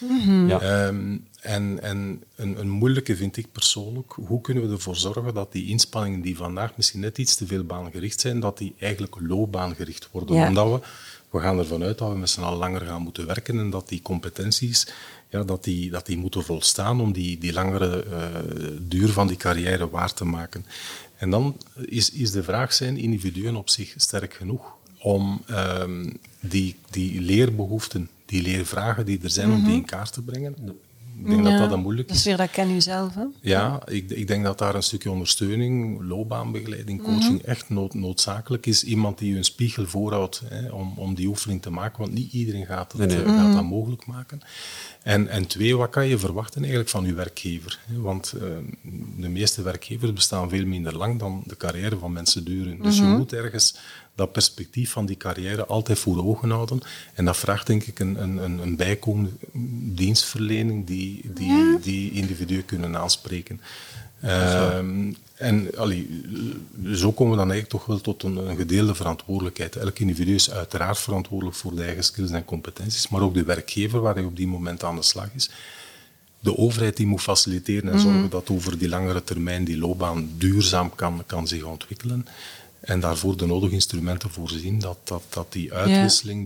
En een moeilijke vind ik persoonlijk, hoe kunnen we ervoor zorgen dat die inspanningen die vandaag misschien net iets te veel baangericht zijn, dat die eigenlijk loopbaangericht worden. Ja. Omdat we gaan ervan uit dat we met z'n allen langer gaan moeten werken en dat die competenties, dat die moeten volstaan om die langere duur van die carrière waar te maken. En dan is de vraag, zijn individuen op zich sterk genoeg om die leerbehoeften, die leervragen die er zijn, om die in kaart te brengen? Ik denk dat een moeilijk is. Dat is weer dat ken u zelf, hè? Ja, ik denk dat daar een stukje ondersteuning, loopbaanbegeleiding, coaching echt noodzakelijk is. Iemand die je een spiegel voorhoudt om die oefening te maken, want niet iedereen gaat dat mogelijk maken. En 2, wat kan je verwachten eigenlijk van je werkgever? Want de meeste werkgevers bestaan veel minder lang dan de carrière van mensen duren. Dus je moet ergens dat perspectief van die carrière altijd voor ogen houden. En dat vraagt denk ik een bijkomende dienstverlening die individuen kunnen aanspreken. Zo komen we dan eigenlijk toch wel tot een gedeelde verantwoordelijkheid. Elk individu is uiteraard verantwoordelijk voor de eigen skills en competenties, maar ook de werkgever waar hij op die moment aan de slag is. De overheid die moet faciliteren en zorgen dat over die langere termijn die loopbaan duurzaam kan zich ontwikkelen. En daarvoor de nodige instrumenten voorzien dat die uitwisseling,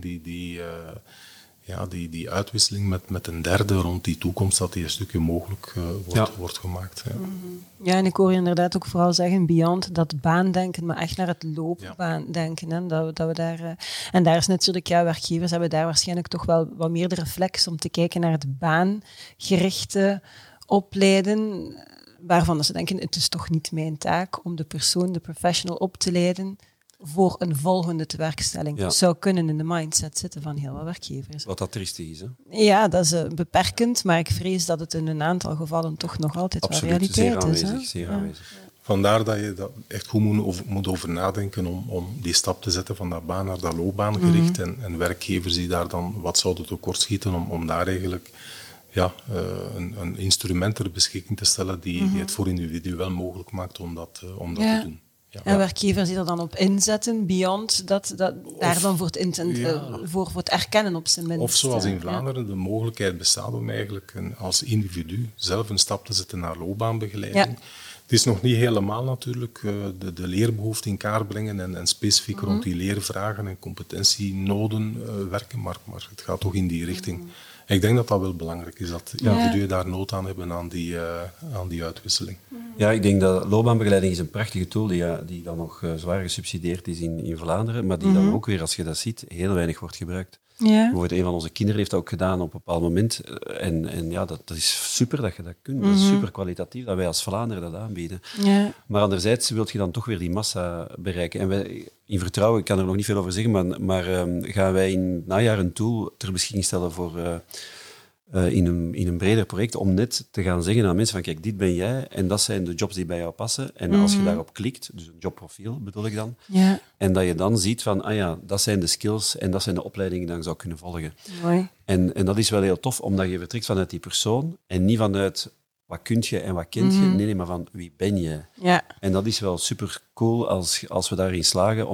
die uitwisseling met een derde rond die toekomst, dat die een stukje mogelijk wordt gemaakt. Ja. Ja, en ik hoor je inderdaad ook vooral zeggen, beyond dat baandenken, maar echt naar het loopbaandenken. Hè, dat we daar, en daar is natuurlijk, werkgevers hebben daar waarschijnlijk toch wel wat meer de reflex om te kijken naar het baangerichte opleiden, waarvan ze denken, het is toch niet mijn taak om de persoon, de professional, op te leiden voor een volgende tewerkstelling. Ja. Zou kunnen in de mindset zitten van heel wat werkgevers. Wat dat triestig is, hè? Ja, dat is beperkend, maar ik vrees dat het in een aantal gevallen toch nog altijd wel realiteit zeer is. Aanwezig, zeer aanwezig. Vandaar dat je dat echt goed moet over nadenken om die stap te zetten van dat baan naar dat loopbaangericht. En werkgevers die daar dan wat zouden tekortschieten om daar eigenlijk een instrument ter beschikking te stellen die het voor individuen wel mogelijk maakt om dat te doen. Ja. En werkgevers die er dan op inzetten, beyond daar dan voor het erkennen op zijn minst. Of zoals in Vlaanderen de mogelijkheid bestaat om eigenlijk als individu zelf een stap te zetten naar loopbaanbegeleiding. Ja. Het is nog niet helemaal natuurlijk de leerbehoefte in kaart brengen en specifiek rond die leervragen en competentienoden werken, maar het gaat toch in die richting. Ik denk dat dat wel belangrijk is, dat individuen daar nood aan hebben aan die uitwisseling. Ja, ik denk dat loopbaanbegeleiding is een prachtige tool die dan nog zwaar gesubsidieerd is in Vlaanderen, maar die dan ook weer, als je dat ziet, heel weinig wordt gebruikt. Ja. Bijvoorbeeld een van onze kinderen heeft dat ook gedaan op een bepaald moment. En ja, dat is super dat je dat kunt. Dat is super kwalitatief dat wij als Vlaanderen dat aanbieden. Ja. Maar anderzijds wil je dan toch weer die massa bereiken. En wij, in vertrouwen, ik kan er nog niet veel over zeggen, maar gaan wij in het najaar een tool ter beschikking stellen voor... in een breder project, om net te gaan zeggen aan mensen van kijk, dit ben jij en dat zijn de jobs die bij jou passen. En als je daarop klikt, dus een jobprofiel bedoel ik dan, en dat je dan ziet van, dat zijn de skills en dat zijn de opleidingen die je zou kunnen volgen. Mooi. En dat is wel heel tof, omdat je vertrekt vanuit die persoon en niet vanuit wat kun je en wat kent je, nee, maar van wie ben je. Ja. En dat is wel super cool als we daarin slagen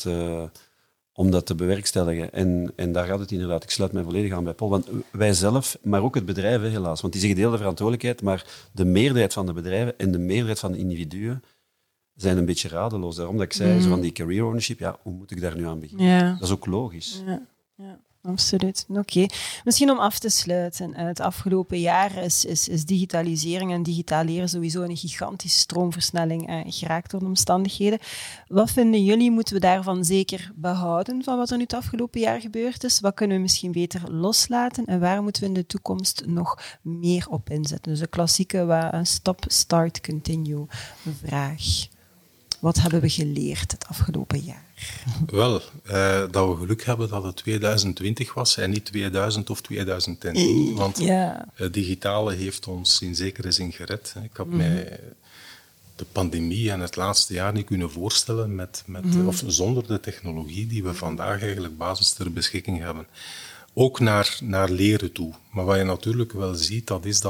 om dat te bewerkstelligen. En daar gaat het inderdaad, ik sluit mij volledig aan bij Paul, want wij zelf, maar ook het bedrijf helaas, want die is een gedeelde verantwoordelijkheid, maar de meerderheid van de bedrijven en de meerderheid van de individuen zijn een beetje radeloos. Daarom dat ik zei, zo van die career ownership, hoe moet ik daar nu aan beginnen? Ja. Dat is ook logisch. Ja, absoluut. Oké. Misschien om af te sluiten. Het afgelopen jaar is digitalisering en digitaal leren sowieso een gigantische stroomversnelling geraakt door de omstandigheden. Wat vinden jullie, moeten we daarvan zeker behouden van wat er nu het afgelopen jaar gebeurd is? Wat kunnen we misschien beter loslaten? En waar moeten we in de toekomst nog meer op inzetten? Dus de klassieke stop, start, continue vraag. Wat hebben we geleerd het afgelopen jaar? Wel, dat we geluk hebben dat het 2020 was en niet 2000 of 2010. Want het digitale heeft ons in zekere zin gered. Ik had mij de pandemie en het laatste jaar niet kunnen voorstellen of zonder de technologie die we vandaag eigenlijk basis ter beschikking hebben. Ook naar leren toe. Maar wat je natuurlijk wel ziet, dat is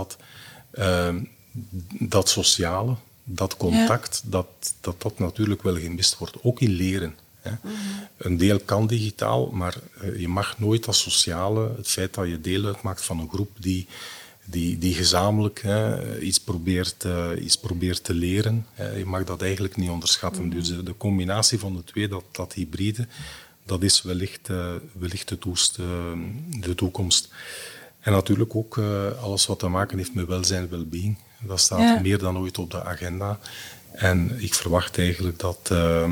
dat sociale, dat contact, dat natuurlijk wel gemist wordt. Ook in leren. Hè. Een deel kan digitaal, maar je mag nooit dat sociale, het feit dat je deel uitmaakt van een groep die gezamenlijk iets probeert te leren, je mag dat eigenlijk niet onderschatten. Dus de combinatie van de twee, dat hybride, dat is wellicht de toekomst. En natuurlijk ook alles wat te maken heeft met welzijn en well-being. Dat staat meer dan ooit op de agenda. En ik verwacht eigenlijk dat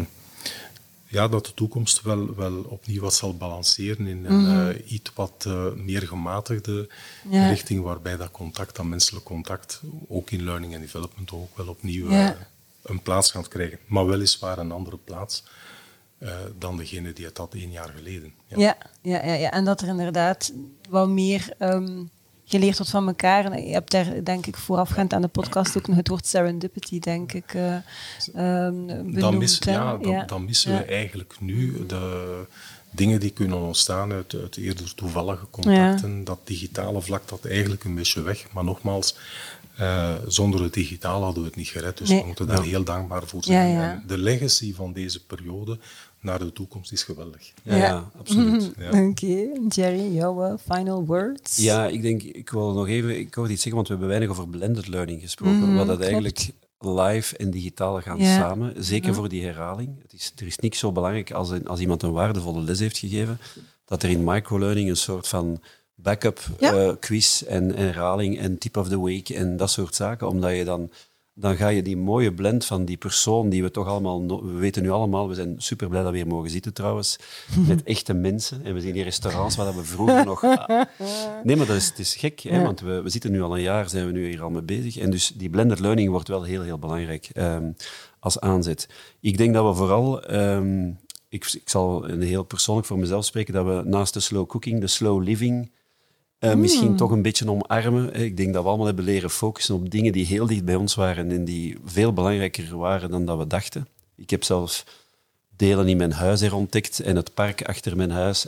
de toekomst wel opnieuw wat zal balanceren in een iets wat meer gematigde richting, waarbij dat menselijk contact, ook in learning and development, ook wel opnieuw een plaats gaat krijgen. Maar weliswaar een andere plaats dan degene die het had 1 jaar geleden. Ja. En dat er inderdaad wat meer geleerd wordt van elkaar. En je hebt daar, denk ik, voorafgaand aan de podcast ook nog het woord serendipity, denk ik, benoemd. Dan missen we eigenlijk nu de dingen die kunnen ontstaan uit eerder toevallige contacten. Dat digitale vlak, dat eigenlijk een beetje weg. Maar nogmaals, zonder het digitaal hadden we het niet gered. Dus we moeten daar heel dankbaar voor zijn. En de legacy van deze periode naar de toekomst is geweldig. Ja, absoluut. Ja. Oké. Jerry, jouw final words? Ja, ik wil nog even iets zeggen, want we hebben weinig over blended learning gesproken. Wat dat eigenlijk live en digitaal gaan samen, zeker voor die herhaling. Er is niks zo belangrijk als iemand een waardevolle les heeft gegeven, dat er in microlearning een soort van backup quiz en herhaling en tip of the week en dat soort zaken, omdat je dan ga je die mooie blend van die persoon die we toch allemaal... We weten nu allemaal, we zijn super blij dat we hier mogen zitten trouwens, met echte mensen. En we zien die restaurants waar we vroeger nog... Nee, maar het is gek, hè, want we zitten nu al een jaar, zijn we nu hier al mee bezig. En dus die blended learning wordt wel heel, heel belangrijk als aanzet. Ik denk dat we vooral... Ik zal heel persoonlijk voor mezelf spreken, dat we naast de slow cooking, de slow living... Misschien toch een beetje omarmen. Ik denk dat we allemaal hebben leren focussen op dingen die heel dicht bij ons waren en die veel belangrijker waren dan dat we dachten. Ik heb zelfs delen in mijn huis herontdekt en het park achter mijn huis.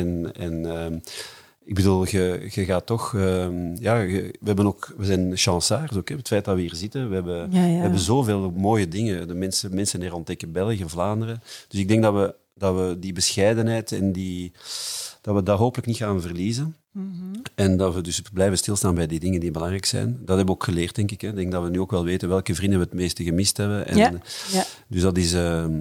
Ik bedoel, je gaat toch... we zijn chansaars ook. Hè. Het feit dat we hier zitten. We hebben zoveel mooie dingen. De mensen herontdekken België, Vlaanderen. Dus ik denk dat we die bescheidenheid en dat we dat hopelijk niet gaan verliezen. Mm-hmm. En dat we dus blijven stilstaan bij die dingen die belangrijk zijn. Dat hebben we ook geleerd, denk ik. Hè. Ik denk dat we nu ook wel weten welke vrienden we het meeste gemist hebben. Dus dat is...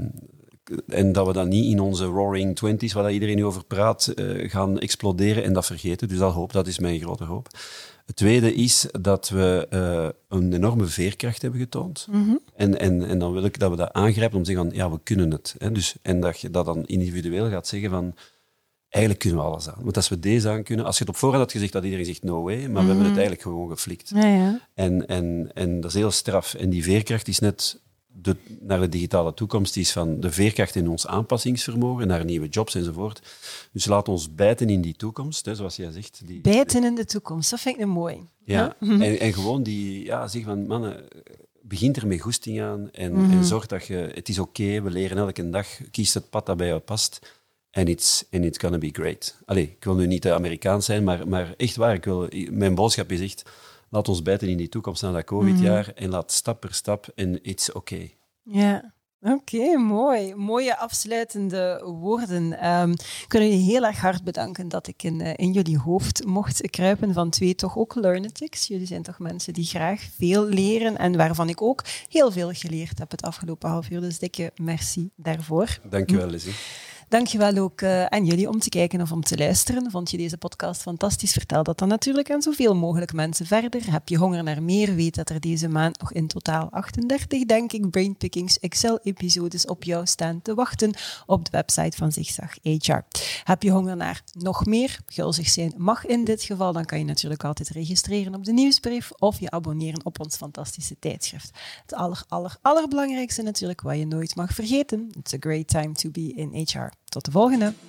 En dat we dat niet in onze roaring 20's, waar iedereen nu over praat, gaan exploderen en dat vergeten. Dus dat is mijn grote hoop. Het tweede is dat we een enorme veerkracht hebben getoond. Mm-hmm. En dan wil ik dat we dat aangrijpen om te zeggen van, we kunnen het. Hè? Dus, en dat je dat dan individueel gaat zeggen van, eigenlijk kunnen we alles aan. Want als we deze aan kunnen... Als je het op voorhand had gezegd, dat iedereen zegt no way, maar we hebben het eigenlijk gewoon geflikt. Ja. En dat is heel straf. En die veerkracht is net... naar de digitale toekomst is van de veerkracht in ons aanpassingsvermogen, naar nieuwe jobs enzovoort. Dus laat ons bijten in die toekomst, hè, zoals jij zegt. Bijten in de toekomst, dat vind ik mooi. Ja, en gewoon zeg van, mannen, begin er met goesting aan en zorg dat je... Het is oké, we leren elke dag, kies het pad dat bij jou past en it's gonna be great. Allee, ik wil nu niet Amerikaans zijn, maar echt waar, mijn boodschap is echt... Laat ons bijten in die toekomst na dat COVID-jaar en laat stap per stap en it's okay. Ja, oké, mooi. Mooie afsluitende woorden. Ik wil jullie heel erg hard bedanken dat ik in jullie hoofd mocht kruipen van 2 toch ook learnatics. Jullie zijn toch mensen die graag veel leren en waarvan ik ook heel veel geleerd heb het afgelopen half uur. Dus dikke merci daarvoor. Dank je wel, Lizzie. Dankjewel ook aan jullie om te kijken of om te luisteren. Vond je deze podcast fantastisch? Vertel dat dan natuurlijk aan zoveel mogelijk mensen verder. Heb je honger naar meer? Weet dat er deze maand nog in totaal 38, denk ik, Brainpickings Excel-episodes op jou staan te wachten op de website van Zigzag HR. Heb je honger naar nog meer? Gulzig zijn mag in dit geval. Dan kan je natuurlijk altijd registreren op de nieuwsbrief of je abonneren op ons fantastische tijdschrift. Het allerbelangrijkste natuurlijk, wat je nooit mag vergeten. It's a great time to be in HR. Tot de volgende!